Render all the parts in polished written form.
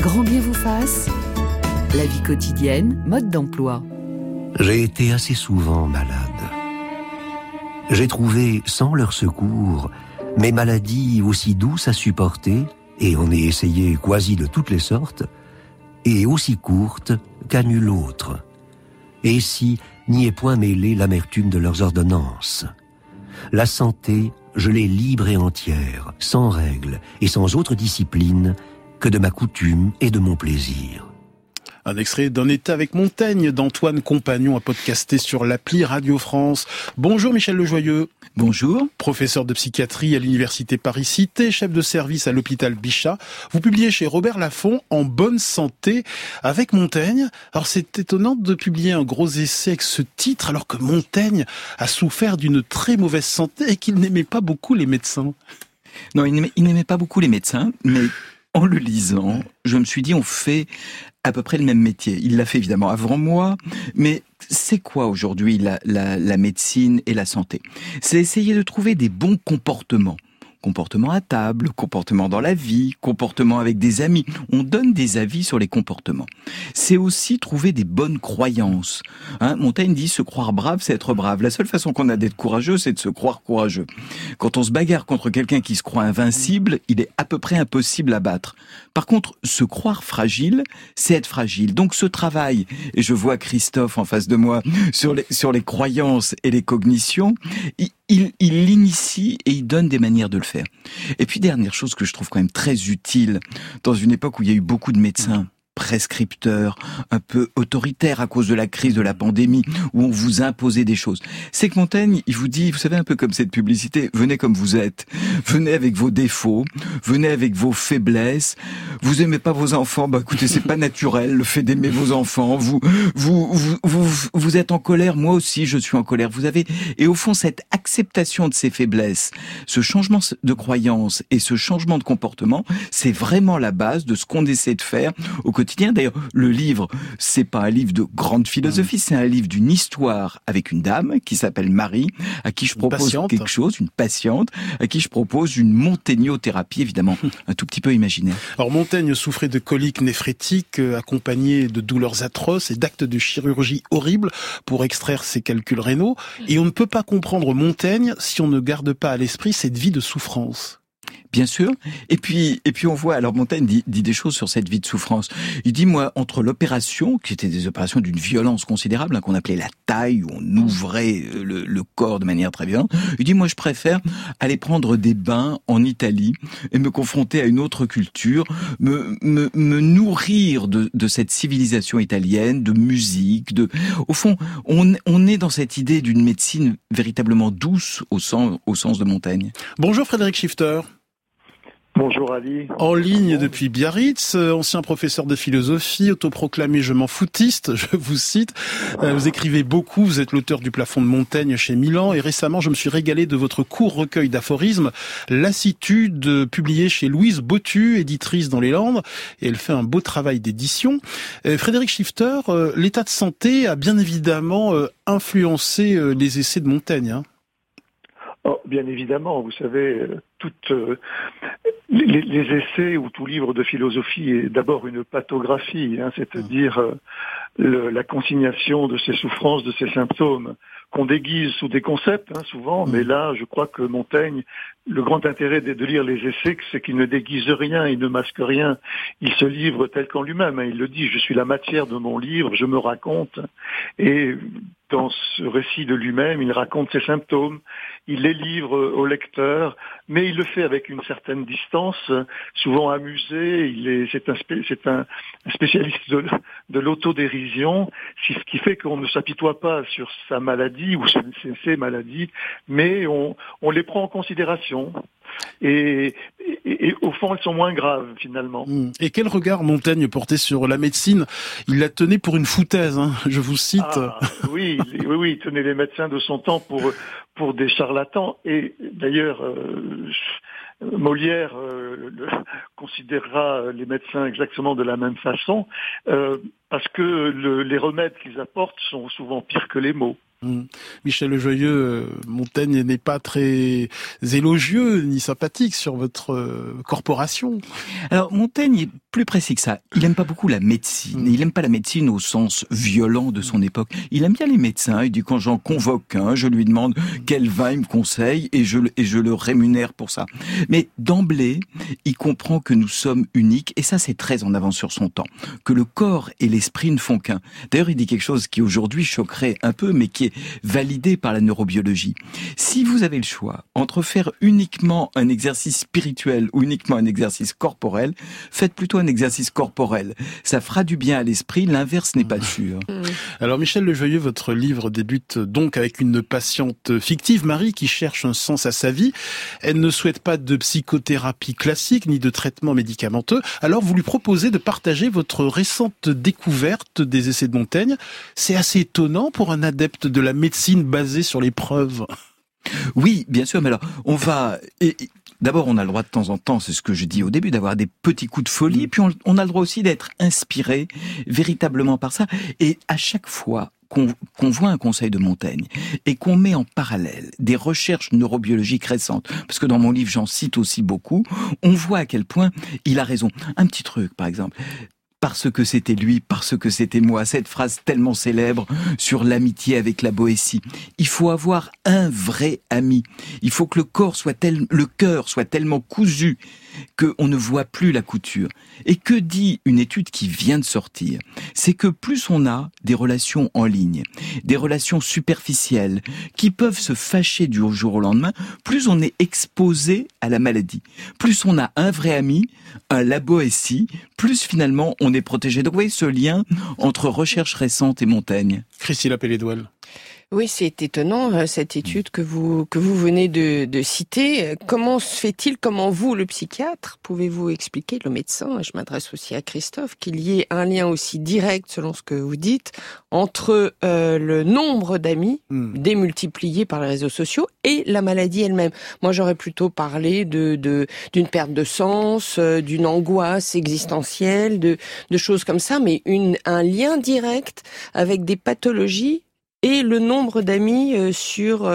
Grand bien vous fasse. La vie quotidienne, mode d'emploi. J'ai été assez souvent malade. J'ai trouvé, sans leur secours, mes maladies aussi douces à supporter, et on ai essayé quasi de toutes les sortes, et aussi courtes qu'à nul autre. Et si n'y est point mêlée l'amertume de leurs ordonnances. La santé, je l'ai libre et entière, sans règle et sans autre discipline que de ma coutume et de mon plaisir. Un extrait d'un été avec Montaigne d'Antoine Compagnon à podcaster sur l'appli Radio France. Bonjour Michel Lejoyeux. Bonjour. Professeur de psychiatrie à l'université Paris-Cité, chef de service à l'hôpital Bichat. Vous publiez chez Robert Laffont En bonne santé avec Montaigne. Alors c'est étonnant de publier un gros essai avec ce titre alors que Montaigne a souffert d'une très mauvaise santé et qu'il n'aimait pas beaucoup les médecins. Non, il n'aimait pas beaucoup les médecins, mais en le lisant, je me suis dit on fait à peu près le même métier. Il l'a fait évidemment avant moi, mais c'est quoi aujourd'hui la médecine et la santé ? C'est essayer de trouver des bons comportements. Comportement à table, comportement dans la vie, comportement avec des amis. On donne des avis sur les comportements. C'est aussi trouver des bonnes croyances. Montaigne dit se croire brave, c'est être brave. La seule façon qu'on a d'être courageux, c'est de se croire courageux. Quand on se bagarre contre quelqu'un qui se croit invincible, il est à peu près impossible à battre. Par contre, se croire fragile, c'est être fragile. Donc ce travail, et je vois Christophe en face de moi, sur les croyances et les cognitions, il l'initie et il donne des manières de le faire. Et puis, dernière chose que je trouve quand même très utile, dans une époque où il y a eu beaucoup de médecins prescripteurs, un peu autoritaires à cause de la crise de la pandémie, où on vous imposait des choses. C'est que Montaigne, il vous dit, vous savez, un peu comme cette publicité, venez comme vous êtes, venez avec vos défauts, venez avec vos faiblesses, vous aimez pas vos enfants, bah écoutez, c'est pas naturel, le fait d'aimer vos enfants, vous êtes en colère, moi aussi je suis en colère, vous avez, et au fond, cette acceptation de ces faiblesses, ce changement de croyance et ce changement de comportement, c'est vraiment la base de ce qu'on essaie de faire au quotidien. D'ailleurs, le livre, c'est pas un livre de grande philosophie, c'est un livre d'une histoire avec une dame qui s'appelle Marie, à qui je propose quelque chose, une patiente, à qui je propose une montaignothérapie, évidemment, un tout petit peu imaginaire. Alors Montaigne souffrait de coliques néphrétiques accompagnées de douleurs atroces et d'actes de chirurgie horribles pour extraire ses calculs rénaux. Et on ne peut pas comprendre Montaigne si on ne garde pas à l'esprit cette vie de souffrance. Bien sûr. Et puis on voit, alors Montaigne dit des choses sur cette vie de souffrance. Il dit, moi, entre l'opération, qui étaient des opérations d'une violence considérable, qu'on appelait la taille, où on ouvrait le corps de manière très violente, il dit, moi, je préfère aller prendre des bains en Italie et me confronter à une autre culture, me nourrir de cette civilisation italienne, de musique, au fond, on est dans cette idée d'une médecine véritablement douce au sens de Montaigne. Bonjour Frédéric Schifter. Bonjour Ali. En ligne depuis Biarritz, ancien professeur de philosophie, autoproclamé je m'en foutiste, je vous cite. Vous écrivez beaucoup, vous êtes l'auteur du Plafond de Montaigne chez Milan et récemment je me suis régalé de votre court recueil d'aphorismes, Lassitude, publié chez Louise Bottu, éditrice dans les Landes, et elle fait un beau travail d'édition. Frédéric Schifter, l'état de santé a bien évidemment influencé les essais de Montaigne. Oh, bien évidemment, vous savez, toutes les essais ou tout livre de philosophie est d'abord une pathographie, c'est-à-dire la consignation de ses souffrances, de ses symptômes, qu'on déguise sous des concepts, souvent, mais là, je crois que Montaigne, le grand intérêt de lire les essais, c'est qu'il ne déguise rien, il ne masque rien, il se livre tel qu'en lui-même, il le dit, je suis la matière de mon livre, je me raconte, et dans ce récit de lui-même, il raconte ses symptômes, il les livre au lecteur, mais il le fait avec une certaine distance, souvent amusé, c'est un spécialiste de l'autodérision, ce qui fait qu'on ne s'apitoie pas sur sa maladie ou ses maladies, mais on les prend en considération. Et au fond, elles sont moins graves, finalement. Et quel regard Montaigne portait sur la médecine ? Il la tenait pour une foutaise, je vous cite. Oui, il tenait les médecins de son temps pour des charlatans. Et d'ailleurs, Molière considérera les médecins exactement de la même façon, parce que les remèdes qu'ils apportent sont souvent pires que les mots. Michel Lejoyeux, Montaigne n'est pas très élogieux ni sympathique sur votre corporation. Alors Montaigne est plus précis que ça. Il n'aime pas beaucoup la médecine. Il n'aime pas la médecine au sens violent de son époque. Il aime bien les médecins. Il dit quand j'en convoque un, je lui demande quel vin il me conseille et je le rémunère pour ça. Mais d'emblée, il comprend que nous sommes uniques et ça c'est très en avance sur son temps. Que le corps et l'esprit ne font qu'un. D'ailleurs, il dit quelque chose qui aujourd'hui choquerait un peu, mais qui est validé par la neurobiologie. Si vous avez le choix entre faire uniquement un exercice spirituel ou uniquement un exercice corporel, faites plutôt un exercice corporel. Ça fera du bien à l'esprit, l'inverse n'est pas sûr. Alors Michel Lejoyeux, votre livre débute donc avec une patiente fictive, Marie, qui cherche un sens à sa vie. Elle ne souhaite pas de psychothérapie classique ni de traitement médicamenteux. Alors vous lui proposez de partager votre récente découverte des essais de Montaigne. C'est assez étonnant pour un adepte de la médecine basée sur les preuves. Oui, bien sûr, mais alors, d'abord, on a le droit de temps en temps, c'est ce que je dis au début, d'avoir des petits coups de folie, puis on a le droit aussi d'être inspiré véritablement par ça. Et à chaque fois qu'on voit un conseil de Montaigne et qu'on met en parallèle des recherches neurobiologiques récentes, parce que dans mon livre, j'en cite aussi beaucoup, on voit à quel point il a raison. Un petit truc, par exemple. Parce que c'était lui, parce que c'était moi. Cette phrase tellement célèbre sur l'amitié avec la Boétie. Il faut avoir un vrai ami. Il faut que le cœur soit tellement cousu qu'on ne voit plus la couture. Et que dit une étude qui vient de sortir? C'est que plus on a des relations en ligne, des relations superficielles, qui peuvent se fâcher du jour au lendemain, plus on est exposé à la maladie. Plus on a un vrai ami, un la Boétie, plus finalement on est protégé. Donc vous voyez ce lien entre recherche récente et Montaigne. Christine Appelé-Douel. Oui, c'est étonnant, cette étude que vous venez de citer. Comment se fait-il, comment vous, le psychiatre, pouvez-vous expliquer, le médecin, et je m'adresse aussi à Christophe, qu'il y ait un lien aussi direct, selon ce que vous dites, entre le nombre d'amis démultipliés par les réseaux sociaux et la maladie elle-même? Moi, j'aurais plutôt parlé d'une perte de sens, d'une angoisse existentielle, de choses comme ça, mais un lien direct avec des pathologies et le nombre d'amis sur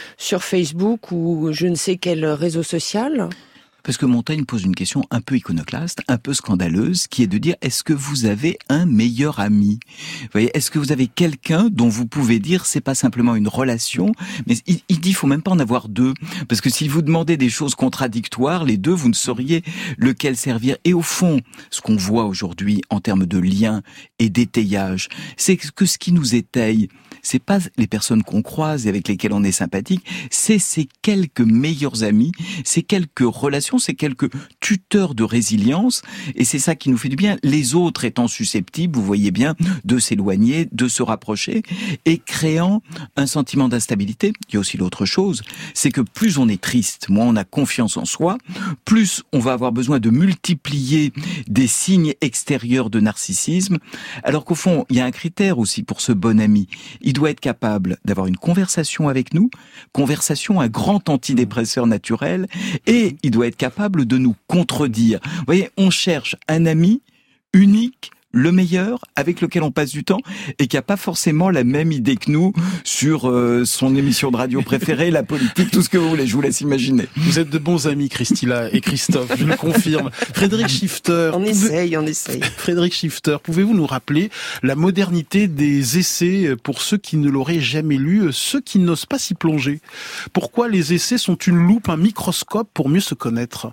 Facebook ou je ne sais quel réseau social. Parce que Montaigne pose une question un peu iconoclaste, un peu scandaleuse, qui est de dire, est-ce que vous avez un meilleur ami? Vous voyez, est-ce que vous avez quelqu'un dont vous pouvez dire, c'est pas simplement une relation, mais il dit, faut même pas en avoir deux. Parce que si vous demandez des choses contradictoires, les deux, vous ne sauriez lequel servir. Et au fond, ce qu'on voit aujourd'hui en termes de liens et d'étayage, c'est que ce qui nous étaye, c'est pas les personnes qu'on croise et avec lesquelles on est sympathique, c'est ces quelques meilleurs amis, ces quelques relations, ces quelques tuteurs de résilience, et c'est ça qui nous fait du bien. Les autres étant susceptibles, vous voyez bien, de s'éloigner, de se rapprocher, et créant un sentiment d'instabilité. Il y a aussi l'autre chose, c'est que plus on est triste, moins on a confiance en soi, plus on va avoir besoin de multiplier des signes extérieurs de narcissisme, alors qu'au fond, il y a un critère aussi pour ce bon ami. Il doit être capable d'avoir une conversation avec nous, conversation, un grand antidépresseur naturel, et il doit être capable de nous contredire. Vous voyez, on cherche un ami unique, le meilleur, avec lequel on passe du temps, et qui n'a pas forcément la même idée que nous sur son émission de radio préférée, la politique, tout ce que vous voulez, je vous laisse imaginer. Vous êtes de bons amis, Christilla et Christophe, je le confirme. Frédéric Schifter. On essaye. Frédéric Schifter, pouvez-vous nous rappeler la modernité des essais pour ceux qui ne l'auraient jamais lu, ceux qui n'osent pas s'y plonger? Pourquoi les essais sont une loupe, un microscope pour mieux se connaître?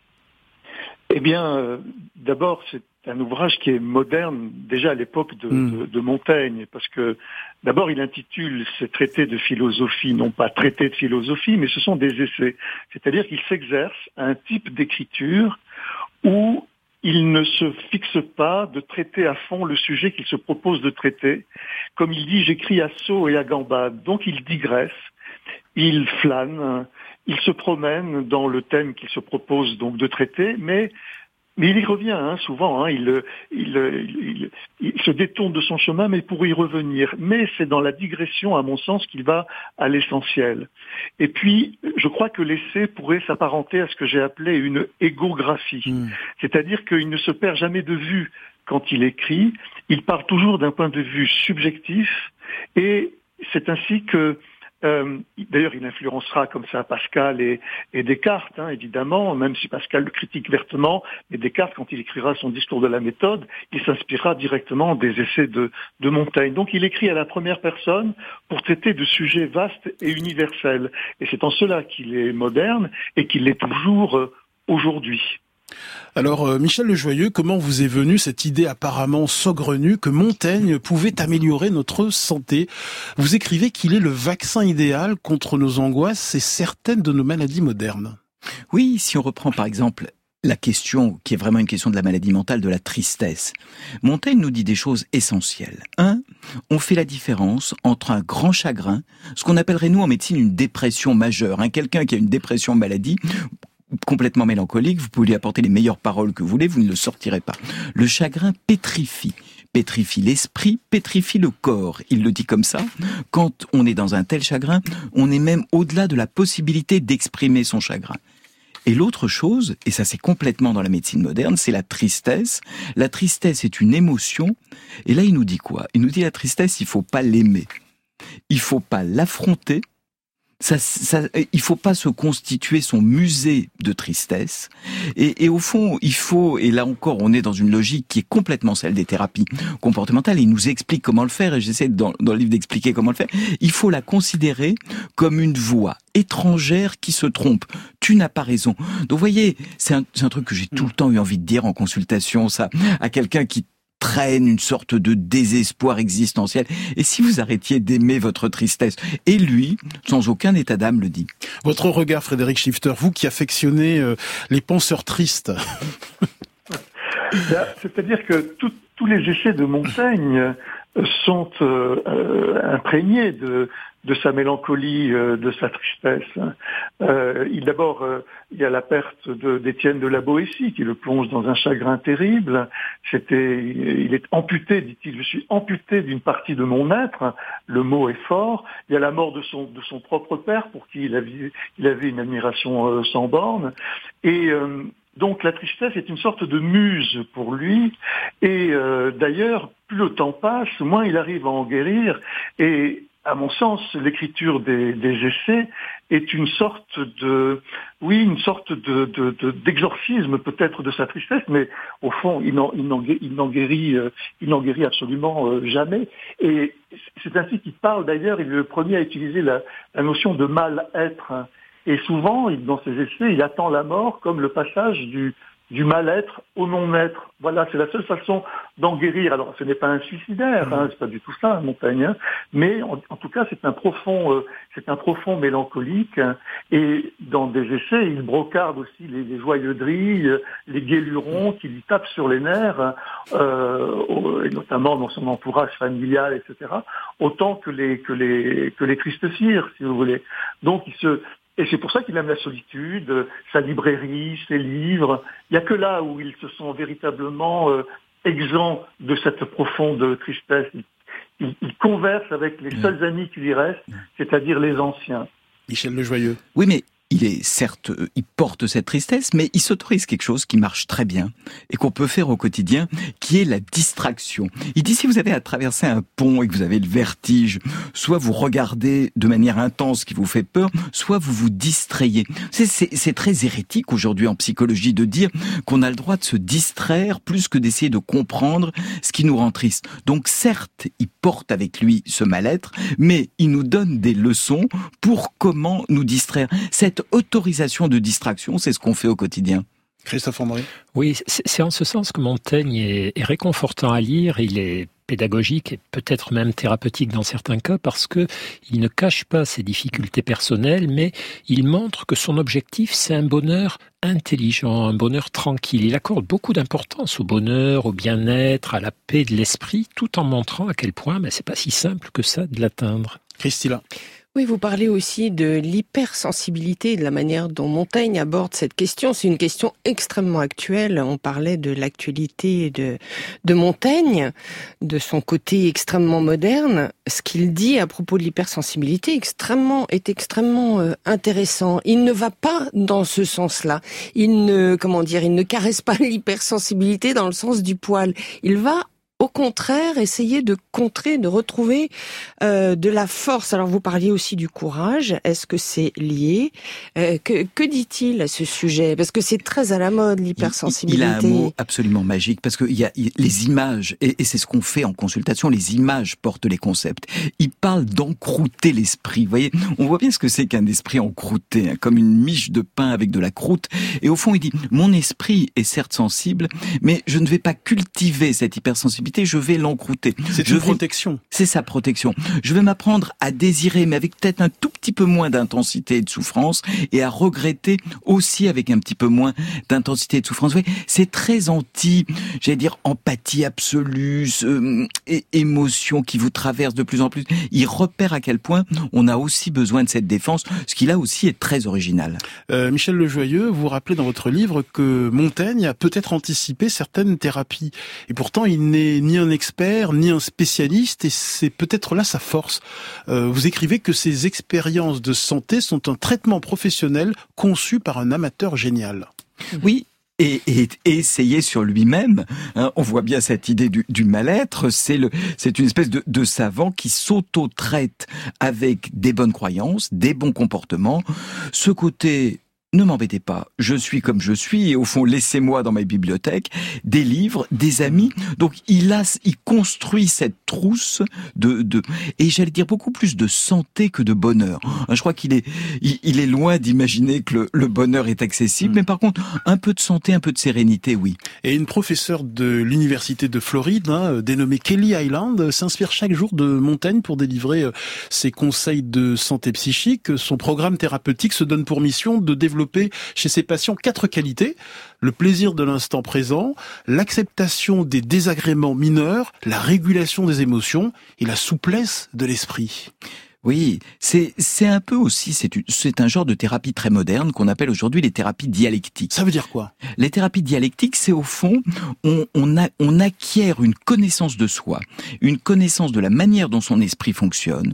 Eh bien, d'abord, c'est un ouvrage qui est moderne déjà à l'époque de Montaigne, parce que d'abord il intitule ses traités de philosophie, non pas traités de philosophie, mais ce sont des essais. C'est-à-dire qu'il s'exerce à un type d'écriture où il ne se fixe pas de traiter à fond le sujet qu'il se propose de traiter. Comme il dit, j'écris à saut et à gambade. Donc il digresse, il flâne, il se promène dans le thème qu'il se propose donc de traiter, mais il y revient souvent, il se détourne de son chemin, mais pour y revenir. Mais c'est dans la digression, à mon sens, qu'il va à l'essentiel. Et puis, je crois que l'essai pourrait s'apparenter à ce que j'ai appelé une égographie. C'est-à-dire qu'il ne se perd jamais de vue quand il écrit. Il part toujours d'un point de vue subjectif et c'est ainsi que d'ailleurs, il influencera comme ça Pascal et Descartes, évidemment, même si Pascal le critique vertement, mais Descartes, quand il écrira son discours de la méthode, il s'inspirera directement des essais de Montaigne. Donc il écrit à la première personne pour traiter de sujets vastes et universels. Et c'est en cela qu'il est moderne et qu'il l'est toujours aujourd'hui. Alors, Michel Le Joyeux, comment vous est venue cette idée apparemment saugrenue que Montaigne pouvait améliorer notre santé? Vous écrivez qu'il est le vaccin idéal contre nos angoisses et certaines de nos maladies modernes. Oui, si on reprend par exemple la question, qui est vraiment une question de la maladie mentale, de la tristesse. Montaigne nous dit des choses essentielles. 1, on fait la différence entre un grand chagrin, ce qu'on appellerait nous en médecine une dépression majeure. Quelqu'un qui a une dépression maladie, complètement mélancolique, vous pouvez lui apporter les meilleures paroles que vous voulez, vous ne le sortirez pas. Le chagrin pétrifie l'esprit, pétrifie le corps. Il le dit comme ça. Quand on est dans un tel chagrin, on est même au-delà de la possibilité d'exprimer son chagrin. Et l'autre chose, et ça c'est complètement dans la médecine moderne, c'est la tristesse. La tristesse est une émotion. Et là, il nous dit quoi? Il nous dit la tristesse, il faut pas l'aimer. Il faut pas l'affronter. Il faut pas se constituer son musée de tristesse. Et au fond, il faut, et là encore, on est dans une logique qui est complètement celle des thérapies comportementales. Il nous explique comment le faire, et j'essaie dans le livre d'expliquer comment le faire. Il faut la considérer comme une voix étrangère qui se trompe. Tu n'as pas raison. Donc, vous voyez, c'est un truc que j'ai tout le temps eu envie de dire en consultation, ça, à quelqu'un qui traîne une sorte de désespoir existentiel. Et si vous arrêtiez d'aimer votre tristesse? Et lui, sans aucun état d'âme, le dit. Votre regard, Frédéric Schifter, vous qui affectionnez les penseurs tristes. C'est-à-dire que tous les essais de Montaigne sont imprégnés de sa mélancolie, de sa tristesse. D'abord, il y a la perte d'Étienne de la Boétie qui le plonge dans un chagrin terrible. Il est amputé, dit-il, je suis amputé d'une partie de mon être. Le mot est fort. Il y a la mort de son propre père pour qui il avait une admiration sans borne. Et donc la tristesse est une sorte de muse pour lui. Et d'ailleurs, plus le temps passe, moins il arrive à en guérir. Et à mon sens, l'écriture des essais est une sorte d'exorcisme peut-être de sa tristesse, mais au fond, il n'en guérit absolument jamais. Et c'est ainsi qu'il parle. D'ailleurs, il est le premier à utiliser la notion de mal-être. Et souvent, dans ses essais, il attend la mort comme le passage du mal-être au non-être. Voilà, c'est la seule façon d'en guérir. Alors, ce n'est pas un suicidaire, c'est pas du tout ça, Montaigne, mais en tout cas, c'est un profond mélancolique. Et dans des essais, il brocarde aussi les joyeuderies, les guélurons qui lui tapent sur les nerfs, et notamment dans son entourage familial, etc. Autant que les tristes cires, si vous voulez. Donc, et c'est pour ça qu'il aime la solitude, sa librairie, ses livres. Il n'y a que là où il se sent véritablement exempt de cette profonde tristesse. Il converse avec les seuls amis qui lui restent, c'est-à-dire les anciens. Michel Le Joyeux. Oui, mais il porte cette tristesse, mais il s'autorise quelque chose qui marche très bien et qu'on peut faire au quotidien, qui est la distraction. Il dit, si vous avez à traverser un pont et que vous avez le vertige, soit vous regardez de manière intense ce qui vous fait peur, soit vous vous distrayez. C'est très hérétique aujourd'hui en psychologie de dire qu'on a le droit de se distraire plus que d'essayer de comprendre ce qui nous rend triste. Donc certes, il porte avec lui ce mal-être, mais il nous donne des leçons pour comment nous distraire. Cette autorisation de distraction, c'est ce qu'on fait au quotidien. Christophe André. Oui, c'est en ce sens que Montaigne est réconfortant à lire. Il est pédagogique et peut-être même thérapeutique dans certains cas parce que il ne cache pas ses difficultés personnelles, mais il montre que son objectif, c'est un bonheur intelligent, un bonheur tranquille. Il accorde beaucoup d'importance au bonheur, au bien-être, à la paix de l'esprit, tout en montrant à quel point c'est pas si simple que ça de l'atteindre. Christilla. Oui, vous parlez aussi de l'hypersensibilité, de la manière dont Montaigne aborde cette question. C'est une question extrêmement actuelle. On parlait de l'actualité de Montaigne, de son côté extrêmement moderne. Ce qu'il dit à propos de l'hypersensibilité est extrêmement intéressant. Il ne va pas dans ce sens-là. Il ne caresse pas l'hypersensibilité dans le sens du poil. Il va au contraire, essayer de contrer, de retrouver de la force. Alors vous parliez aussi du courage. Est-ce que c'est lié? Que dit-il à ce sujet? Parce que c'est très à la mode, l'hypersensibilité. Il a un mot absolument magique, parce qu'il y a les images, et c'est ce qu'on fait en consultation, les images portent les concepts. Il parle d'encrouter l'esprit. Vous voyez, on voit bien ce que c'est qu'un esprit encrouté, hein, comme une miche de pain avec de la croûte. Et au fond, il dit, mon esprit est certes sensible, mais je ne vais pas cultiver cette hypersensibilité, je vais l'encrouter. C'est une protection. C'est sa protection. Je vais m'apprendre à désirer, mais avec peut-être un tout petit peu moins d'intensité et de souffrance, et à regretter aussi avec un petit peu moins d'intensité et de souffrance. Vous voyez, c'est très j'allais dire, empathie absolue, et émotion qui vous traverse de plus en plus. Il repère à quel point on a aussi besoin de cette défense, ce qui là aussi est très original. Michel Lejoyeux, vous rappelez dans votre livre que Montaigne a peut-être anticipé certaines thérapies. Et pourtant, il n'est ni un expert, ni un spécialiste, et c'est peut-être là sa force. Vous écrivez que ces expériences de santé sont un traitement professionnel conçu par un amateur génial. Oui. Et essayer sur lui-même, hein, on voit bien cette idée du mal-être, c'est une espèce de savant qui s'auto-traite avec des bonnes croyances, des bons comportements, ce côté... Ne m'embêtez pas, je suis comme je suis, et au fond, laissez-moi dans ma bibliothèque des livres, des amis. Donc, il construit cette trousse et j'allais dire beaucoup plus de santé que de bonheur. Je crois qu'il est loin d'imaginer que le bonheur est accessible, mais par contre, un peu de santé, un peu de sérénité, oui. Et une professeure de l'université de Floride, dénommée Kelly Hyland, s'inspire chaque jour de Montaigne pour délivrer ses conseils de santé psychique. Son programme thérapeutique se donne pour mission de développer chez ses patients 4 qualités: le plaisir de l'instant présent, l'acceptation des désagréments mineurs, la régulation des émotions et la souplesse de l'esprit. Oui, c'est un peu aussi, c'est un genre de thérapie très moderne qu'on appelle aujourd'hui les thérapies dialectiques. Ça veut dire quoi? Les thérapies dialectiques, c'est au fond, on acquiert une connaissance de soi, une connaissance de la manière dont son esprit fonctionne,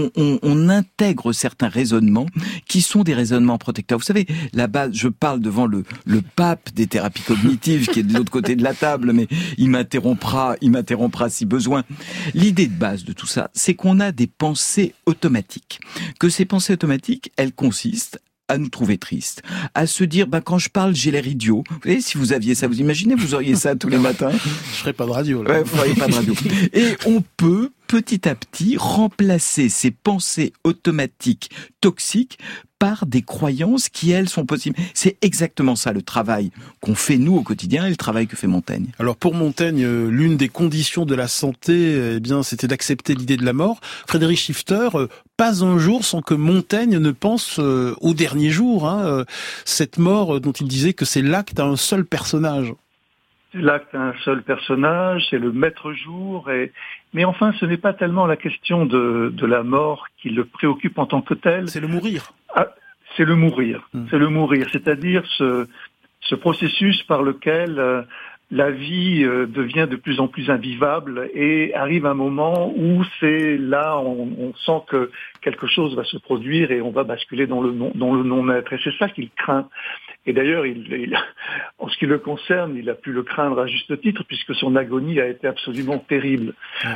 on intègre certains raisonnements qui sont des raisonnements protecteurs. Vous savez, là-bas, je parle devant le pape des thérapies cognitives qui est de l'autre côté de la table, mais il m'interrompra si besoin. L'idée de base de tout ça, c'est qu'on a des pensées automatiques. Que ces pensées automatiques, elles consistent à nous trouver tristes, à se dire, quand je parle, j'ai l'air idiot. Vous voyez, si vous aviez ça, vous imaginez, vous auriez ça tous les matins. Je ferais pas de radio, là. Ouais, vous feriez pas de radio. Et on peut, petit à petit, remplacer ces pensées automatiques toxiques par des croyances qui, elles, sont possibles. C'est exactement ça, le travail qu'on fait, nous, au quotidien, et le travail que fait Montaigne. Alors, pour Montaigne, l'une des conditions de la santé, c'était d'accepter l'idée de la mort. Frédéric Schifter, pas un jour sans que Montaigne ne pense au dernier jour, cette mort dont il disait que c'est l'acte à un seul personnage. C'est l'acte à un seul personnage, c'est le maître jour, mais enfin, ce n'est pas tellement la question de la mort qui le préoccupe en tant que tel. C'est le mourir. C'est le mourir. C'est le mourir, c'est-à-dire ce processus par lequel la vie devient de plus en plus invivable et arrive un moment où c'est là, on sent que quelque chose va se produire et on va basculer dans le non-être. Et c'est ça qu'il craint. Et d'ailleurs, en ce qui le concerne, il a pu le craindre à juste titre, puisque son agonie a été absolument terrible.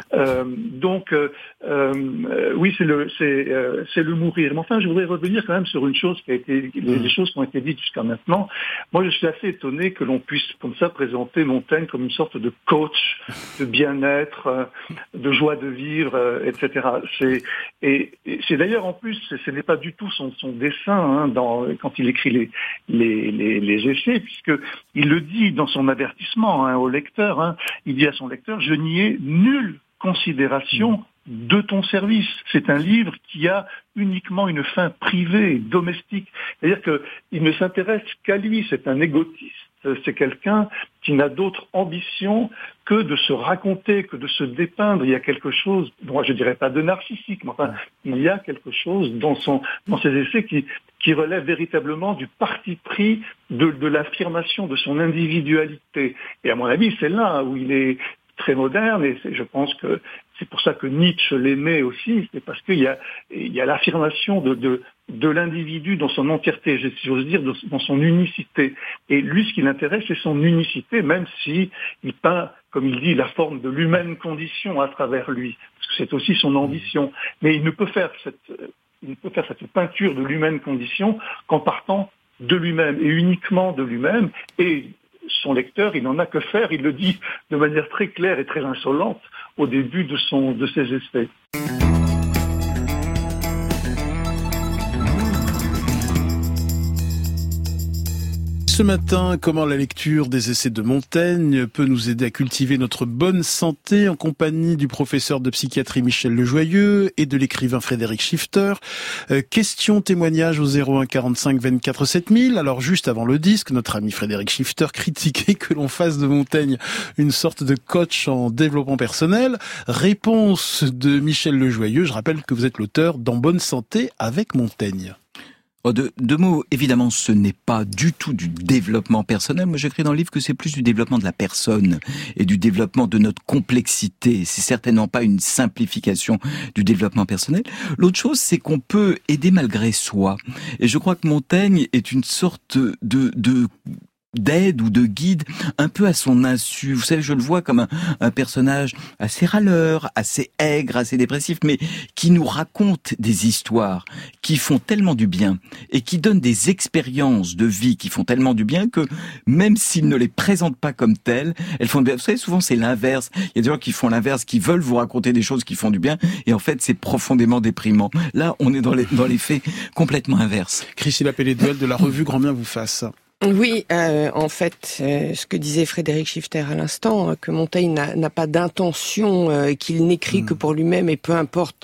Oui, c'est le mourir. Mais enfin, je voudrais revenir quand même sur une chose les choses qui ont été dites jusqu'à maintenant. Moi, je suis assez étonné que l'on puisse, comme ça, présenter Montaigne comme une sorte de coach de bien-être, de joie de vivre, etc. C'est d'ailleurs, en plus, ce n'est pas du tout son dessein, quand il écrit les essais, puisque il le dit dans son avertissement au lecteur. Il dit à son lecteur: je n'y ai nulle considération de ton service. C'est un livre qui a uniquement une fin privée, domestique. C'est-à-dire qu'il ne s'intéresse qu'à lui. C'est un égotiste. C'est quelqu'un qui n'a d'autre ambition que de se raconter, que de se dépeindre. Il y a quelque chose, moi je dirais pas de narcissique, mais enfin, il y a quelque chose dans ses essais qui relève véritablement du parti pris de l'affirmation de son individualité. Et à mon avis, c'est là où il est très moderne, et je pense que c'est pour ça que Nietzsche l'aimait aussi, c'est parce qu'il y a l'affirmation de l'individu dans son entièreté, si j'ose dire, dans son unicité. Et lui, ce qui l'intéresse, c'est son unicité, même si il peint comme il dit, la forme de l'humaine condition à travers lui, parce que c'est aussi son ambition. Mais il ne peut faire cette peinture de l'humaine condition qu'en partant de lui-même, et uniquement de lui-même, et son lecteur, il n'en a que faire, il le dit de manière très claire et très insolente au début de ses essais. Ce matin, comment la lecture des essais de Montaigne peut nous aider à cultiver notre bonne santé en compagnie du professeur de psychiatrie Michel Lejoyeux et de l'écrivain Frédéric Schifter. Question témoignage au 01 45 24 7000. Alors juste avant le disque, notre ami Frédéric Schifter critiquait que l'on fasse de Montaigne une sorte de coach en développement personnel. Réponse de Michel Lejoyeux, je rappelle que vous êtes l'auteur d'En bonne santé avec Montaigne. Deux mots, évidemment, ce n'est pas du tout du développement personnel. Moi, j'écris dans le livre que c'est plus du développement de la personne et du développement de notre complexité. C'est certainement pas une simplification du développement personnel. L'autre chose, c'est qu'on peut aider malgré soi. Et je crois que Montaigne est une sorte d'aide ou de guide un peu à son insu. Vous savez, je le vois comme un personnage assez râleur, assez aigre, assez dépressif, mais qui nous raconte des histoires qui font tellement du bien et qui donnent des expériences de vie qui font tellement du bien que même s'il ne les présente pas comme telles, elles font du bien. Vous savez, souvent c'est l'inverse. Il y a des gens qui font l'inverse, qui veulent vous raconter des choses qui font du bien et en fait c'est profondément déprimant. Là, on est dans les faits complètement inverses. Christine Pellet-Duel de la revue Grand Bien vous fasse. Oui, en fait, ce que disait Frédéric Schifter à l'instant, que Montaigne n'a pas d'intention, qu'il n'écrit que pour lui-même et peu importe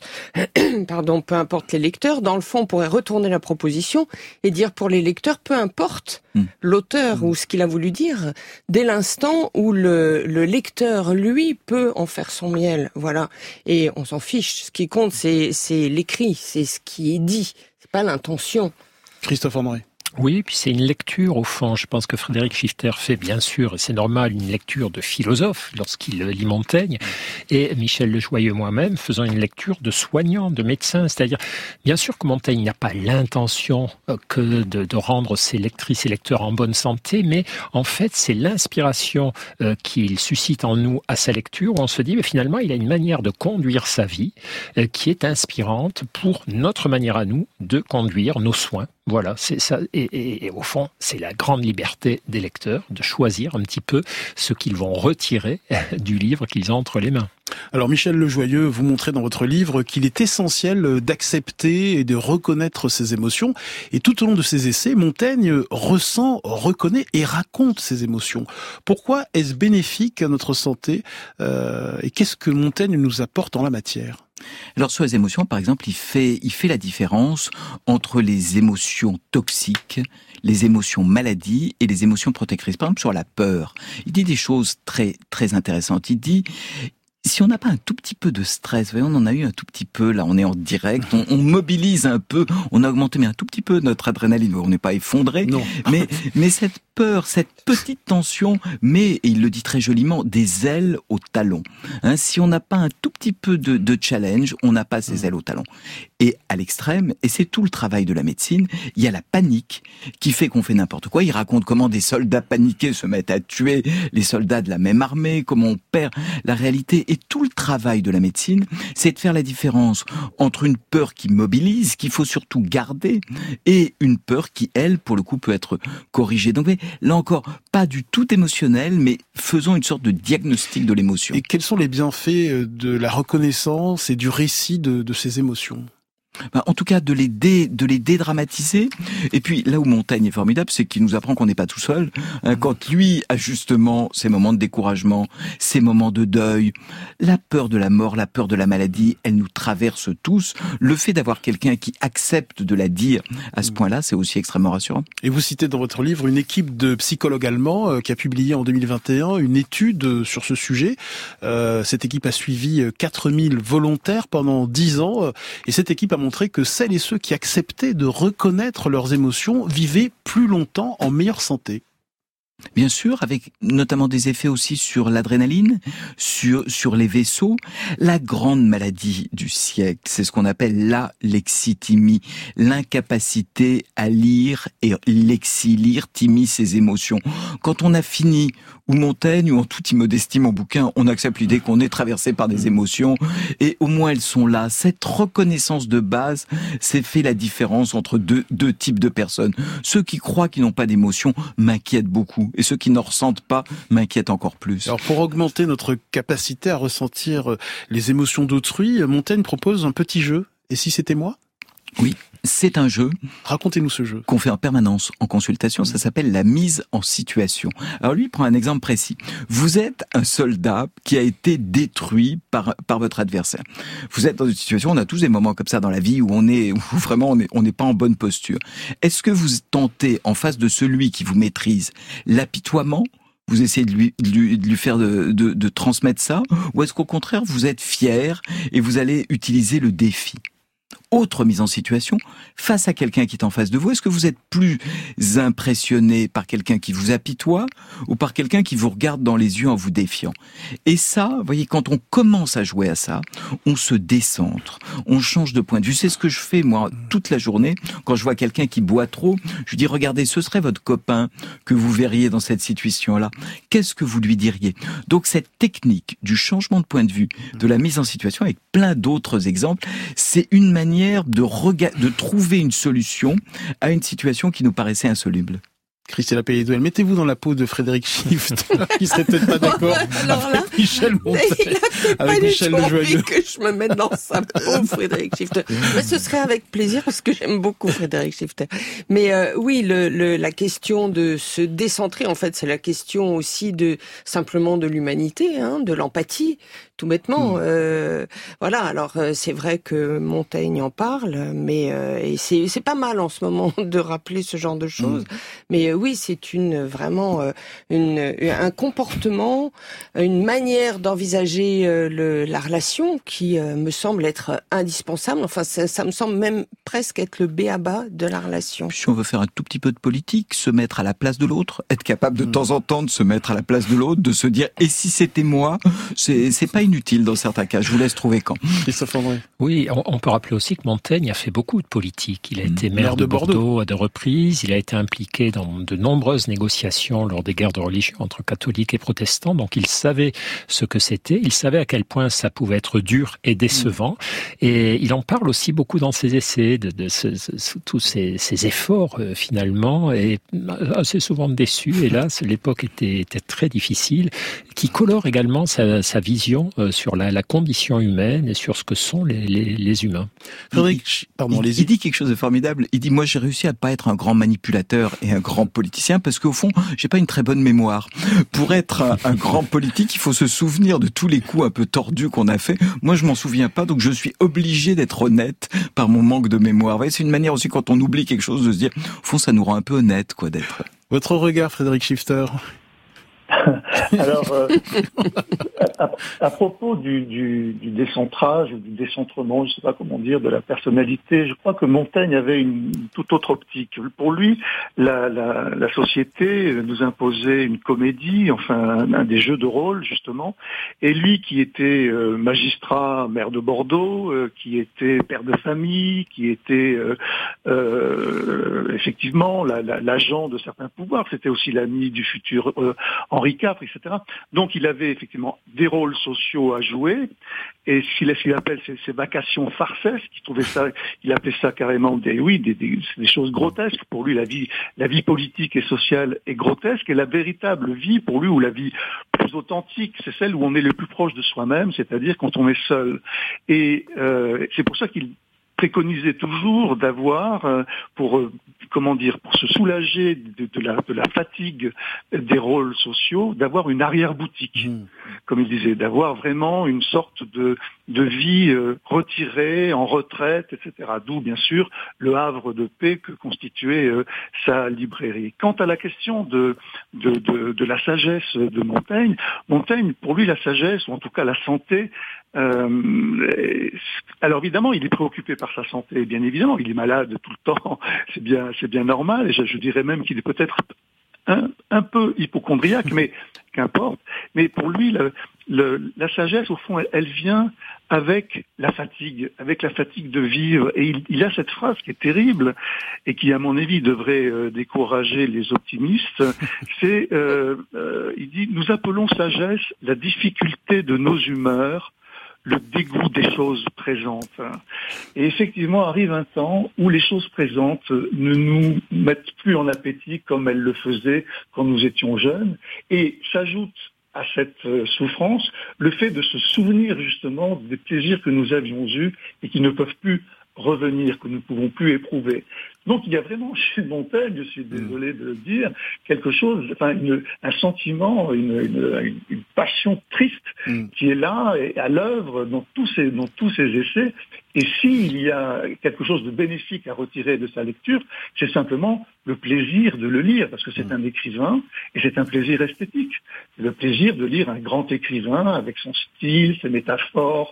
les lecteurs. Dans le fond, on pourrait retourner la proposition et dire pour les lecteurs, peu importe l'auteur ou ce qu'il a voulu dire, dès l'instant où le lecteur, lui, peut en faire son miel. Voilà. Et on s'en fiche. Ce qui compte, c'est l'écrit, c'est ce qui est dit. C'est pas l'intention. Christophe André. Oui, puis c'est une lecture, au fond. Je pense que Frédéric Schifter fait, bien sûr, et c'est normal, une lecture de philosophe lorsqu'il lit Montaigne. Et Michel Lejoyeux, moi-même, faisant une lecture de soignant, de médecin. C'est-à-dire, bien sûr que Montaigne n'a pas l'intention que de rendre ses lectrices et lecteurs en bonne santé, mais en fait, c'est l'inspiration qu'il suscite en nous à sa lecture, où on se dit, mais finalement, il a une manière de conduire sa vie qui est inspirante pour notre manière à nous de conduire nos soins. Voilà, c'est ça. Et au fond, c'est la grande liberté des lecteurs de choisir un petit peu ce qu'ils vont retirer du livre qu'ils ont entre les mains. Alors Michel Lejoyeux, vous montrez dans votre livre qu'il est essentiel d'accepter et de reconnaître ses émotions. Et tout au long de ses essais, Montaigne ressent, reconnaît et raconte ses émotions. Pourquoi est-ce bénéfique à notre santé et qu'est-ce que Montaigne nous apporte en la matière ? Alors sur les émotions, par exemple, il fait la différence entre les émotions toxiques, les émotions maladies et les émotions protectrices. Par exemple, sur la peur, il dit des choses très très intéressantes. Il dit, si on n'a pas un tout petit peu de stress, vous voyez, on en a eu un tout petit peu, là, on est en direct, on mobilise un peu, on a augmenté mais un tout petit peu notre adrénaline, on n'est pas effondré, non. mais cette peur, cette petite tension, mais, et il le dit très joliment, des ailes au talon. Si on n'a pas un tout petit peu de challenge, on n'a pas ces ailes au talon. Et à l'extrême, et c'est tout le travail de la médecine, il y a la panique qui fait qu'on fait n'importe quoi. Il raconte comment des soldats paniqués se mettent à tuer les soldats de la même armée, comment on perd la réalité. Et tout le travail de la médecine, c'est de faire la différence entre une peur qui mobilise, qu'il faut surtout garder, et une peur qui, elle, pour le coup, peut être corrigée. Donc, là encore, pas du tout émotionnel, mais faisons une sorte de diagnostic de l'émotion. Et quels sont les bienfaits de la reconnaissance et du récit de ces émotions ? En tout cas, de les dédramatiser. Et puis, là où Montaigne est formidable, c'est qu'il nous apprend qu'on n'est pas tout seul. Quand lui a justement ces moments de découragement, ces moments de deuil, la peur de la mort, la peur de la maladie, elle nous traverse tous. Le fait d'avoir quelqu'un qui accepte de la dire à ce point-là, c'est aussi extrêmement rassurant. Et vous citez dans votre livre une équipe de psychologues allemands qui a publié en 2021 une étude sur ce sujet. Cette équipe a suivi 4000 volontaires pendant 10 ans. Et cette équipe a montré que celles et ceux qui acceptaient de reconnaître leurs émotions vivaient plus longtemps en meilleure santé. Bien sûr, avec notamment des effets aussi sur l'adrénaline, sur les vaisseaux. La grande maladie du siècle, c'est ce qu'on appelle l'alexithymie, l'incapacité à lire et lire thymie ses émotions. Quand on a fini, ou Montaigne, ou en toute immodestie mon bouquin, on accepte l'idée qu'on est traversé par des émotions, et au moins elles sont là. Cette reconnaissance de base, c'est fait la différence entre deux types de personnes. Ceux qui croient qu'ils n'ont pas d'émotions m'inquiètent beaucoup. Et ceux qui ne ressentent pas m'inquiètent encore plus. Alors pour augmenter notre capacité à ressentir les émotions d'autrui, Montaigne propose un petit jeu. Et si c'était moi ? Oui, c'est un jeu. Racontez-nous ce jeu. Qu'on fait en permanence en consultation, ça s'appelle la mise en situation. Alors lui, il prend un exemple précis. Vous êtes un soldat qui a été détruit par votre adversaire. Vous êtes dans une situation, on a tous des moments comme ça dans la vie où on n'est pas en bonne posture. Est-ce que vous tentez, en face de celui qui vous maîtrise, l'apitoiement ? Vous essayez de lui faire de transmettre ça, ou est-ce qu'au contraire vous êtes fier et vous allez utiliser le défi ? Autre mise en situation, face à quelqu'un qui est en face de vous, est-ce que vous êtes plus impressionné par quelqu'un qui vous apitoie ou par quelqu'un qui vous regarde dans les yeux en vous défiant ? Et ça, vous voyez, quand on commence à jouer à ça, on se décentre, on change de point de vue. C'est ce que je fais, moi, toute la journée. Quand je vois quelqu'un qui boit trop, je lui dis, regardez, ce serait votre copain que vous verriez dans cette situation-là. Qu'est-ce que vous lui diriez ? Donc cette technique du changement de point de vue, de la mise en situation, avec plein d'autres exemples, c'est une manière de trouver une solution à une situation qui nous paraissait insoluble. Christella Payet-Douel, mettez-vous dans la peau de Frédéric Schiff, qui serait peut-être pas d'accord avec Michel Montaigne. Il a pas du tout envie que je me mette dans sa peau, Frédéric Schifter. Mais ce serait avec plaisir, parce que j'aime beaucoup Frédéric Schifter. Mais oui, la question de se décentrer, en fait, c'est la question aussi simplement de l'humanité, de l'empathie, tout bêtement. Voilà, alors c'est vrai que Montaigne en parle, mais et c'est pas mal en ce moment de rappeler ce genre de choses. Mais oui, c'est vraiment un comportement, une manière d'envisager la relation qui me semble être indispensable. Enfin, ça me semble même presque être le b.a.-ba de la relation. Si on veut faire un tout petit peu de politique, se mettre à la place de l'autre, être capable de temps en temps de se mettre à la place de l'autre, de se dire « et si c'était moi ?» c'est pas inutile dans certains cas. Je vous laisse trouver quand. Christophe André. Oui, on peut rappeler aussi que Montaigne a fait beaucoup de politique. Il a été maire de Bordeaux à 2 reprises. Il a été impliqué dans de nombreuses négociations lors des guerres de religion entre catholiques et protestants. Donc il savait ce que c'était. Il savait à quel point ça pouvait être dur et décevant. Et il en parle aussi beaucoup dans ses essais de tous ces efforts finalement, et assez souvent déçus. Hélas, l'époque était très difficile, qui colore également sa vision sur la condition humaine et sur ce que sont les humains. Frédéric, il dit quelque chose de formidable. Il dit, moi j'ai réussi à pas être un grand manipulateur et un grand politicien parce qu'au fond, j'ai pas une très bonne mémoire. Pour être un grand politique, il faut se souvenir de tous les coups un peu tordus qu'on a fait. Moi, je m'en souviens pas, donc je suis obligé d'être honnête par mon manque de mémoire. Vous voyez, c'est une manière aussi, quand on oublie quelque chose, de se dire, au fond, ça nous rend un peu honnête, quoi, d'être. Votre regard, Frédéric Schifter. Alors, à propos du décentrage, ou du décentrement, je ne sais pas comment dire, de la personnalité, je crois que Montaigne avait une toute autre optique. Pour lui, la société nous imposait une comédie, enfin un des jeux de rôle justement, et lui qui était magistrat, maire de Bordeaux, qui était père de famille, qui était effectivement l'agent de certains pouvoirs, c'était aussi l'ami du futur Henri IV, etc. Donc il avait effectivement des rôles sociaux à jouer, et ce qu'il appelle ces vacations farcesques, il appelait ça carrément des choses grotesques. Pour lui, la vie politique et sociale est grotesque, et la véritable vie, pour lui, ou la vie plus authentique, c'est celle où on est le plus proche de soi-même, c'est-à-dire quand on est seul. Et c'est pour ça qu'il préconisait toujours d'avoir, pour se soulager de la fatigue des rôles sociaux, d'avoir une arrière-boutique, comme il disait, d'avoir vraiment une sorte de vie retirée, en retraite, etc. D'où, bien sûr, le havre de paix que constituait sa librairie. Quant à la question de la sagesse de Montaigne, pour lui, la sagesse, ou en tout cas la santé, alors évidemment, il est préoccupé par sa santé, bien évidemment, il est malade tout le temps, c'est bien normal, et je dirais même qu'il est peut-être un peu hypocondriaque, mais qu'importe. Mais pour lui, la sagesse, au fond, elle vient avec la fatigue de vivre. Et il a cette phrase qui est terrible et qui, à mon avis, devrait décourager les optimistes. C'est, il dit, nous appelons sagesse la difficulté de nos humeurs, le dégoût des choses présentes. Et effectivement, arrive un temps où les choses présentes ne nous mettent plus en appétit comme elles le faisaient quand nous étions jeunes. Et s'ajoute à cette souffrance le fait de se souvenir justement des plaisirs que nous avions eus et qui ne peuvent plus revenir, que nous ne pouvons plus éprouver. Donc il y a vraiment chez Montaigne, je suis désolé de le dire, quelque chose, un sentiment, une passion triste qui est là et à l'œuvre dans tous ces essais. Et s'il y a quelque chose de bénéfique à retirer de sa lecture, c'est simplement le plaisir de le lire, parce que c'est un écrivain et c'est un plaisir esthétique. C'est le plaisir de lire un grand écrivain avec son style, ses métaphores,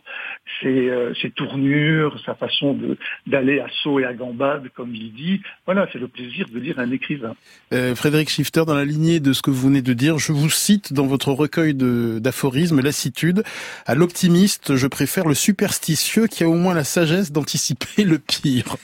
ses tournures, sa façon d'aller à saut et à gambade, comme il dit. Voilà, c'est le plaisir de lire un écrivain. Frédéric Schifter, dans la lignée de ce que vous venez de dire, je vous cite dans votre recueil d'aphorismes, Lassitude, à l'optimiste, je préfère le superstitieux qui a au moins la sagesse d'anticiper le pire.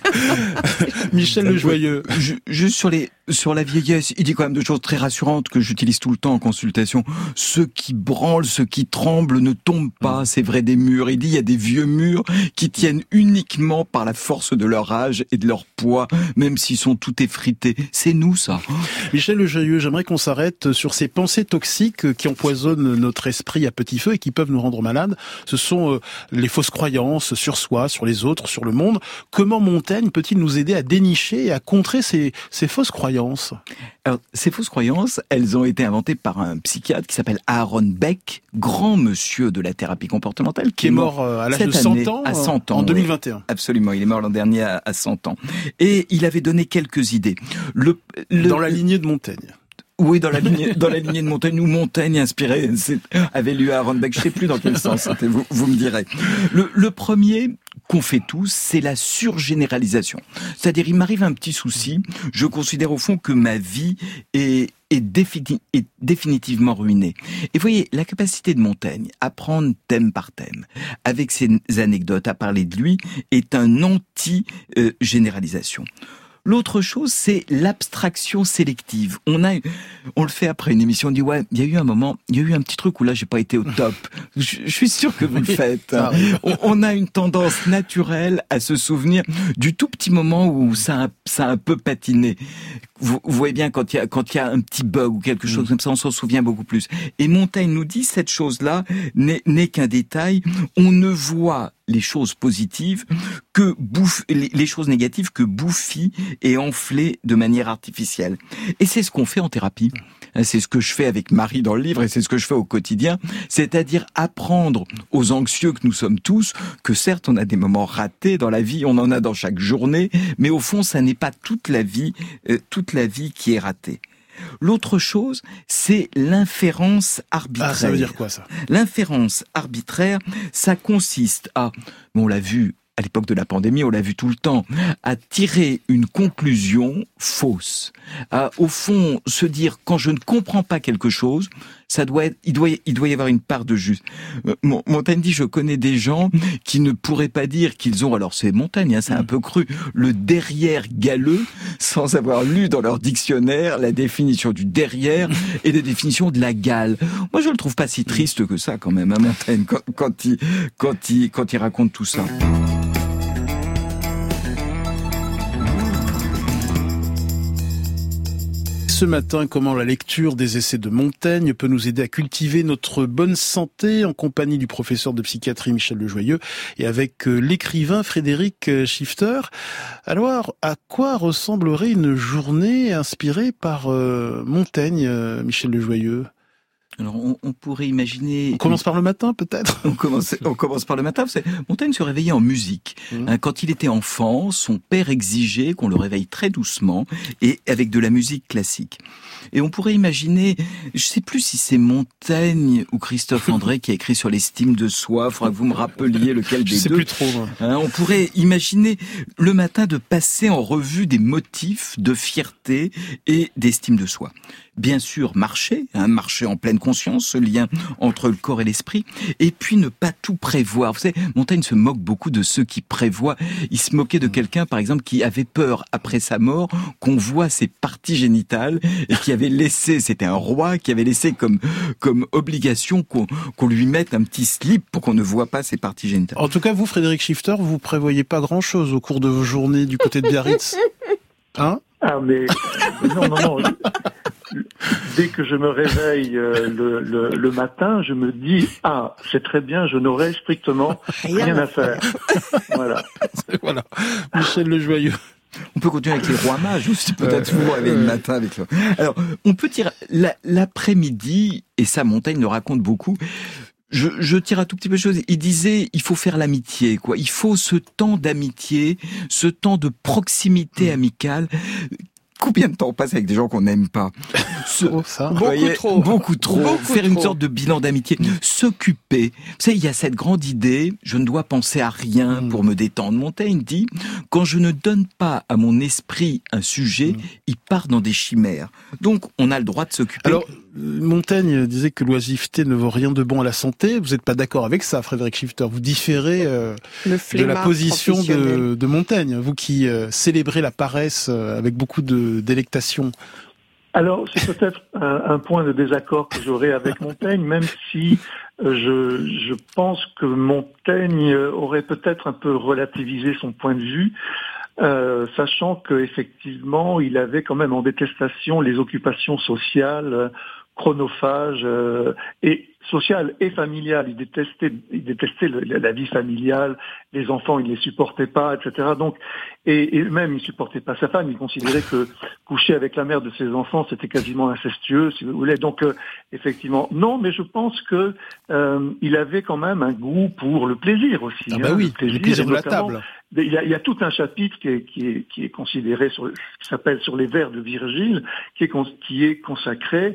Michel Le Joyeux. Juste sur la vieillesse, il dit quand même des choses très rassurantes que j'utilise tout le temps en consultation. Ceux qui branlent, ceux qui tremblent ne tombent pas, c'est vrai des murs. Il dit il y a des vieux murs qui tiennent uniquement par la force de leur âge et de leur poids, même s'ils sont tout effrités. C'est nous, ça. Michel Le Joyeux, j'aimerais qu'on s'arrête sur ces pensées toxiques qui empoisonnent notre esprit à petit feu et qui peuvent nous rendre malades. Ce sont les fausses croyances sur soi, sur les autres, sur le monde. Comment Montaigne peut-il nous aider à dénicher et à contrer ces fausses croyances? Alors, ces fausses croyances, elles ont été inventées par un psychiatre qui s'appelle Aaron Beck, grand monsieur de la thérapie comportementale, qui est mort à l'âge de 100 ans, à 100 ans, en 2021. Oui, absolument, il est mort l'an dernier à 100 ans. Et il avait donné quelques idées. Dans la lignée de Montaigne. Oui, dans la lignée de Montaigne, où Montaigne inspiré, avait lu Aaron Beck, je sais plus dans quel sens, vous me direz. Le premier qu'on fait tous, c'est la surgénéralisation. C'est-à-dire, il m'arrive un petit souci, je considère au fond que ma vie est définitivement ruinée. Et vous voyez, la capacité de Montaigne à prendre thème par thème, avec ses anecdotes, à parler de lui, est un anti-généralisation. L'autre chose, c'est l'abstraction sélective. On le fait après une émission, on dit ouais, il y a eu un moment, il y a eu un petit truc où là j'ai pas été au top. Je suis sûr que vous le faites. On a une tendance naturelle à se souvenir du tout petit moment où ça a un peu patiné. Vous voyez bien quand il y a un petit bug ou quelque chose comme ça, on s'en souvient beaucoup plus. Et Montaigne nous dit cette chose-là n'est qu'un détail. On ne voit les choses positives les choses négatives que bouffie et enflée de manière artificielle. Et c'est ce qu'on fait en thérapie. C'est ce que je fais avec Marie dans le livre et c'est ce que je fais au quotidien. C'est-à-dire apprendre aux anxieux que nous sommes tous que certes on a des moments ratés dans la vie, on en a dans chaque journée, mais au fond ça n'est pas toute la vie qui est ratée. L'autre chose, c'est l'inférence arbitraire. Ah, ça veut dire quoi, ça? L'inférence arbitraire, ça consiste on l'a vu à l'époque de la pandémie, on l'a vu tout le temps, à tirer une conclusion fausse. Au fond, se dire, quand je ne comprends pas quelque chose, il doit y avoir une part de juste. Montaigne dit, je connais des gens qui ne pourraient pas dire qu'ils ont, alors c'est Montaigne, c'est un peu cru, le derrière galeux, sans avoir lu dans leur dictionnaire la définition du derrière et la définition de la gale. Moi, je le trouve pas si triste que ça, quand même, Montaigne, quand il raconte tout ça. Ce matin, comment la lecture des essais de Montaigne peut nous aider à cultiver notre bonne santé, en compagnie du professeur de psychiatrie Michel Le Joyeux et avec l'écrivain Frédéric Schifter. Alors, à quoi ressemblerait une journée inspirée par Montaigne, Michel Le Joyeux? Alors, on pourrait imaginer... On commence par le matin, peut-être? On commence par le matin. Montaigne se réveillait en musique. Quand il était enfant, son père exigeait qu'on le réveille très doucement et avec de la musique classique. Et on pourrait imaginer, je sais plus si c'est Montaigne ou Christophe André qui a écrit sur l'estime de soi. Il faudra que vous me rappeliez lequel des deux. Je sais plus trop. On pourrait imaginer le matin de passer en revue des motifs de fierté et d'estime de soi. bien sûr marcher en pleine conscience, ce lien entre le corps et l'esprit, et puis ne pas tout prévoir. Vous savez, Montaigne se moque beaucoup de ceux qui prévoient. Il se moquait de quelqu'un, par exemple, qui avait peur après sa mort qu'on voit ses parties génitales et qui avait laissé, c'était un roi qui avait laissé comme obligation qu'on lui mette un petit slip pour qu'on ne voit pas ses parties génitales. En tout cas, vous, Frédéric Schifter, vous prévoyez pas grand-chose au cours de vos journées du côté de Biarritz, hein? Ah mais non. Dès que je me réveille le matin, je me dis c'est très bien, je n'aurai strictement rien à faire. Voilà. Michel Lejoyeux. On peut continuer avec les rois mages aussi, peut-être vous réveillez le matin avec eux. Alors, on peut dire l'après-midi, et ça Montaigne le raconte beaucoup. Je tire un tout petit peu de choses. Il disait, il faut faire l'amitié, quoi. Il faut ce temps d'amitié, ce temps de proximité amicale. Combien de temps on passe avec des gens qu'on n'aime pas? Beaucoup trop. Faire une sorte de bilan d'amitié. S'occuper. Vous savez, il y a cette grande idée, je ne dois penser à rien pour me détendre. Montaigne dit, quand je ne donne pas à mon esprit un sujet, il part dans des chimères. Donc, on a le droit de s'occuper. Alors, Montaigne disait que l'oisiveté ne vaut rien de bon à la santé. Vous n'êtes pas d'accord avec ça, Frédéric Schifter. Vous différez de la position de Montaigne, vous qui célébrez la paresse avec beaucoup de délectation. Alors, c'est peut-être un point de désaccord que j'aurais avec Montaigne, même si je pense que Montaigne aurait peut-être un peu relativisé son point de vue, sachant qu'effectivement, il avait quand même en détestation les occupations sociales, chronophages et sociales et familiales. Il détestait la vie familiale, les enfants, il les supportait pas, etc. Donc, et même il supportait pas sa femme. Il considérait que coucher avec la mère de ses enfants, c'était quasiment incestueux, si vous voulez. Donc, effectivement, non, mais je pense que il avait quand même un goût pour le plaisir aussi. Ah bah oui, le plaisir de la table. Il y a tout un chapitre qui est considéré qui s'appelle sur les vers de Virgile, qui est consacré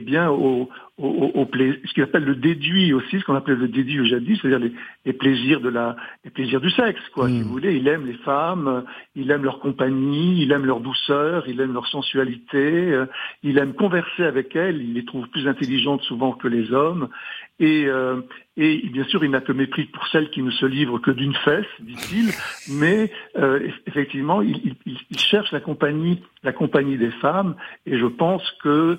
ce qu'il appelle le déduit aussi, ce qu'on appelait le déduit jadis, c'est-à-dire les plaisirs les plaisirs du sexe, quoi. Si vous voulez, il aime les femmes, il aime leur compagnie, il aime leur douceur, il aime leur sensualité, il aime converser avec elles, il les trouve plus intelligentes souvent que les hommes, et bien sûr, il n'a que mépris pour celles qui ne se livrent que d'une fesse, dit-il, mais effectivement, il cherche la compagnie des femmes, et je pense que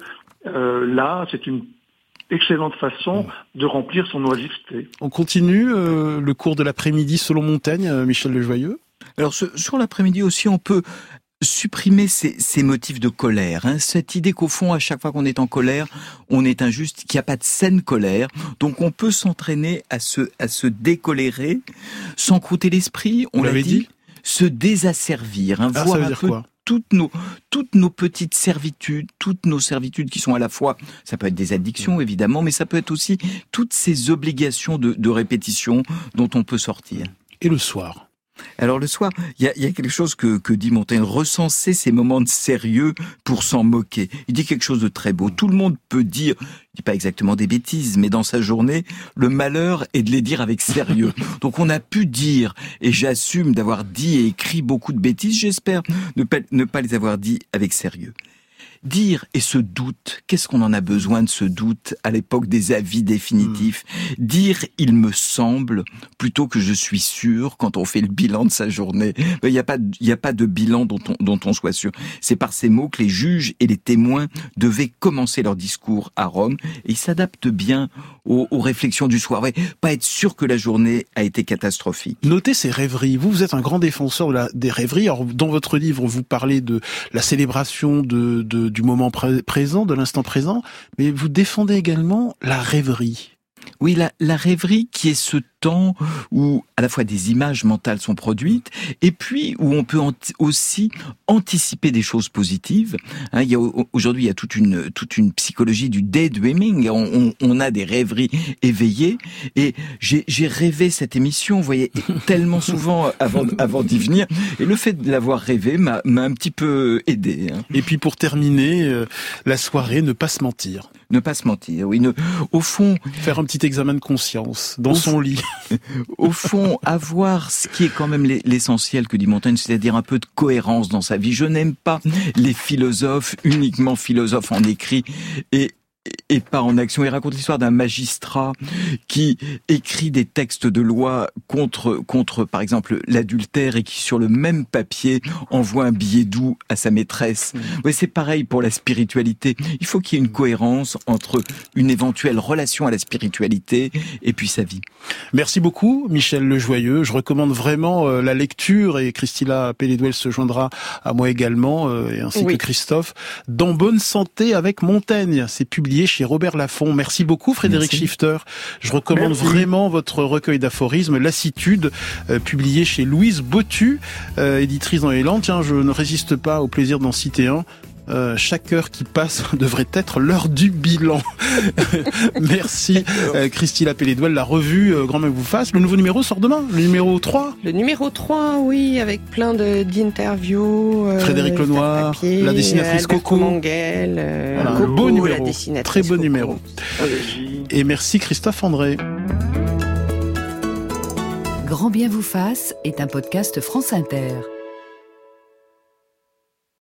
là, c'est une excellente façon de remplir son oisiveté. On continue le cours de l'après-midi selon Montaigne, Michel Lejoyeux. Alors, sur l'après-midi aussi, on peut supprimer ces motifs de colère, hein. Cette idée qu'au fond, à chaque fois qu'on est en colère, on est injuste, qu'il n'y a pas de saine colère. Donc, on peut s'entraîner à se décolérer, sans croûter l'esprit. On l'avait dit. Se désasservir, hein, voir un peu quoi toutes nos petites servitudes, toutes nos servitudes qui sont à la fois, ça peut être des addictions évidemment, mais ça peut être aussi toutes ces obligations de répétition dont on peut sortir. Et le soir? Alors le soir, il y a quelque chose que dit Montaigne, recenser ces moments de sérieux pour s'en moquer. Il dit quelque chose de très beau. Tout le monde peut dire, il dit pas exactement des bêtises, mais dans sa journée, le malheur est de les dire avec sérieux. Donc on a pu dire, et j'assume d'avoir dit et écrit beaucoup de bêtises, j'espère ne pas les avoir dit avec sérieux. Dire et ce doute, qu'est-ce qu'on en a besoin de ce doute à l'époque des avis définitifs? Dire il me semble plutôt que je suis sûr quand on fait le bilan de sa journée. Il n'y a pas de bilan dont on soit sûr. C'est par ces mots que les juges et les témoins devaient commencer leur discours à Rome, et ils s'adaptent bien aux réflexions du soir. Ouais, pas être sûr que la journée a été catastrophique. Notez ces rêveries. Vous êtes un grand défenseur des rêveries. Alors, dans votre livre, vous parlez de la célébration du moment présent, de l'instant présent, mais vous défendez également la rêverie. Oui, la rêverie qui est ce temps où à la fois des images mentales sont produites et puis où on peut aussi anticiper des choses positives. Hein, aujourd'hui, il y a toute une psychologie du daydreaming. On a des rêveries éveillées et j'ai rêvé cette émission, vous voyez, tellement souvent avant d'y venir. Et le fait de l'avoir rêvé m'a un petit peu aidé. Hein. Et puis pour terminer, la soirée, ne pas se mentir. Ne pas se mentir, oui. Au fond, faire un petit examen de conscience dans son lit. Au fond, avoir ce qui est quand même l'essentiel que dit Montaigne, c'est-à-dire un peu de cohérence dans sa vie. Je n'aime pas les philosophes, uniquement philosophes en écrit et pas en action. Il raconte l'histoire d'un magistrat qui écrit des textes de loi contre par exemple l'adultère et qui sur le même papier envoie un billet doux à sa maîtresse. Ouais, c'est pareil pour la spiritualité. Il faut qu'il y ait une cohérence entre une éventuelle relation à la spiritualité et puis sa vie. Merci beaucoup Michel Lejoyeux. Je recommande vraiment la lecture et Christilla Pelledouel se joindra à moi également et ainsi que Christophe. Dans Bonne santé avec Montaigne. C'est publié chez Robert Laffont. Merci beaucoup Frédéric Schifter. Je recommande vraiment votre recueil d'aphorismes, Lassitude, publié chez Louise Bottu, éditrice dans Élan. Tiens, je ne résiste pas au plaisir d'en citer un. Chaque heure qui passe devrait être l'heure du bilan. Merci Christilla Pelledouel. La revue Grand Bien vous fasse. Le nouveau numéro sort demain, le numéro 3. Le numéro 3, oui, avec plein d'interviews. Frédéric Lenoir, la dessinatrice Coco. Manguel, voilà, Coco, beau numéro, la dessinatrice très beau Coco. numéro. Et merci Christophe André. Grand Bien vous fasse est un podcast France Inter.